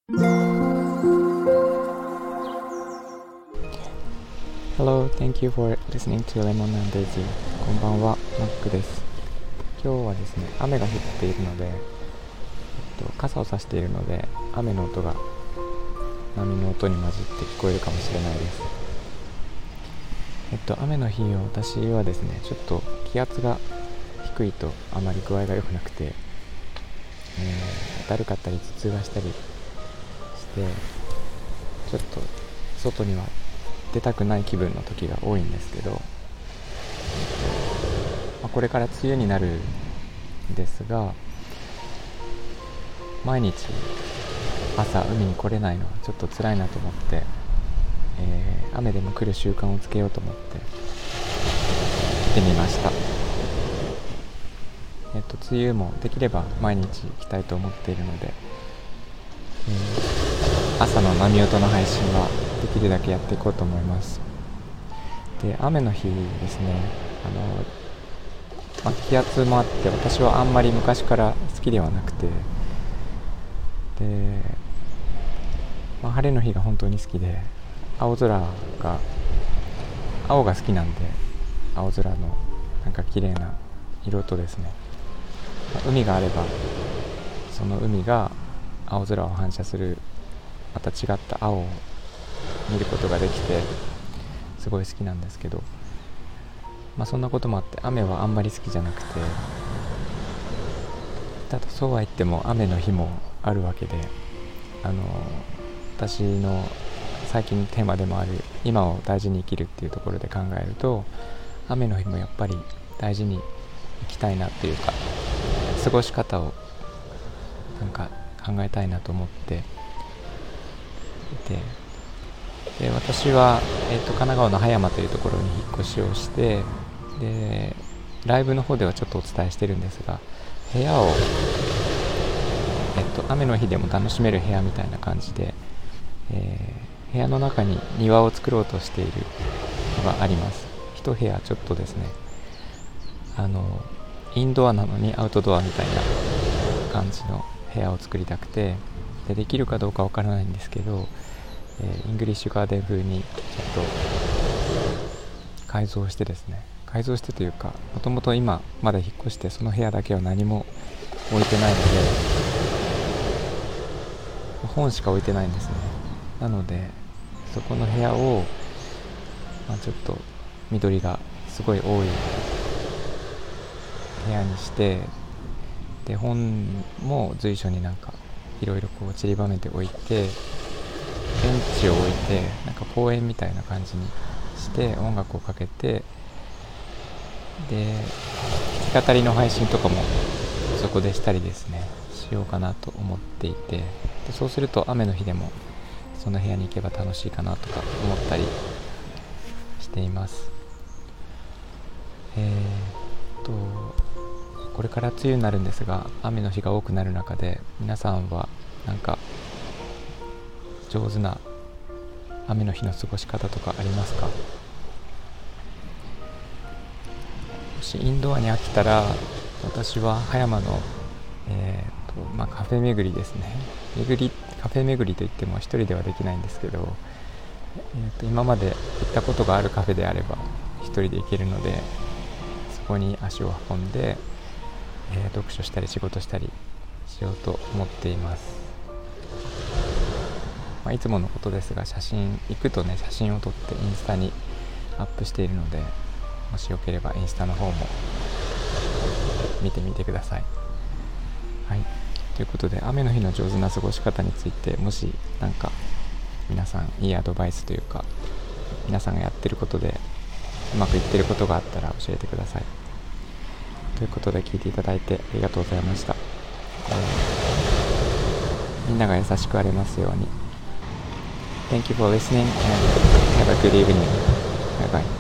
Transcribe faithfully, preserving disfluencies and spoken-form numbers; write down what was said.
Hello, thank you for listening to Lemon and Daisy. こんばんは、マックです。今日はですね、雨が降っているので、えっと、傘を差しているので、雨の音が波の音に混じって聞こえるかもしれないです。えっと、雨の日を私はですね、ちょっと気圧が低いとあまり具合が良くなくて、えー、だるかったり頭痛がしたりして、ちょっと外には出たくない気分の時が多いんですけど、まあ、これから梅雨になるんですが、毎日朝海に来れないのはちょっと辛いなと思って、えー、雨でも来る習慣をつけようと思って来てみました。えっと梅雨もできれば毎日来たいと思っているので、えー、朝の波音の配信はできるだけやっていこうと思います。で、雨の日ですね、あの、まあ、気圧もあって私はあんまり昔から好きではなくて、で、まあ、晴れの日が本当に好きで、青空が青が好きなんで、青空のなんか綺麗な色とですね、まあ、海があればその海が青空を反射するまた違った青を見ることができてすごい好きなんですけど、まあ、そんなこともあって雨はあんまり好きじゃなくて、ただそうは言っても雨の日もあるわけで、あの私の最近のテーマでもある今を大事に生きるっていうところで考えると、雨の日もやっぱり大事に生きたいなっていうか、過ごし方をなんか考えたいなと思っていて、で私は、えーと、神奈川の葉山というところに引っ越しをして、でライブの方ではちょっとお伝えしてるんですが、部屋を、えーと、雨の日でも楽しめる部屋みたいな感じで、えー、部屋の中に庭を作ろうとしているのがあります。一部屋ちょっとですね、あのインドアなのにアウトドアみたいな感じの部屋を作りたくて、で、できるかどうかわからないんですけど、えー、イングリッシュガーデン風にちょっと改造してですね、改造してというか、もともと今まだ引っ越してその部屋だけは何も置いてないので、本しか置いてないんですね。なのでそこの部屋を、まあ、ちょっと緑がすごい多い部屋にして、で本も随所になんかいろいろこう散りばめておいて、ベンチを置いてなんか公園みたいな感じにして音楽をかけて、で弾き語りの配信とかもそこでしたりですねしようかなと思っていて、でそうすると雨の日でもその部屋に行けば楽しいかなとか思ったりしています。えー、っとこれから梅雨になるんですが、雨の日が多くなる中で皆さんはなんか上手な雨の日の過ごし方とかありますか？もしインドアに飽きたら、私は葉山の、えーとまあ、カフェ巡りですね。巡りカフェ巡りといっても一人ではできないんですけど、えーと今まで行ったことがあるカフェであれば一人で行けるので、そこに足を運んで、えー、読書したり仕事したりしようと思っています。まあ、いつものことですが、写真行くとね、写真を撮ってインスタにアップしているので、もしよければインスタの方も見てみてください。はい、ということで、雨の日の上手な過ごし方について、もしなんか皆さんいいアドバイスというか、皆さんがやってることでうまくいってることがあったら教えてください。ということで、聞いていただいてありがとうございました。えー、みんなが優しくありますように。Thank you for listening and have a good evening. Bye bye.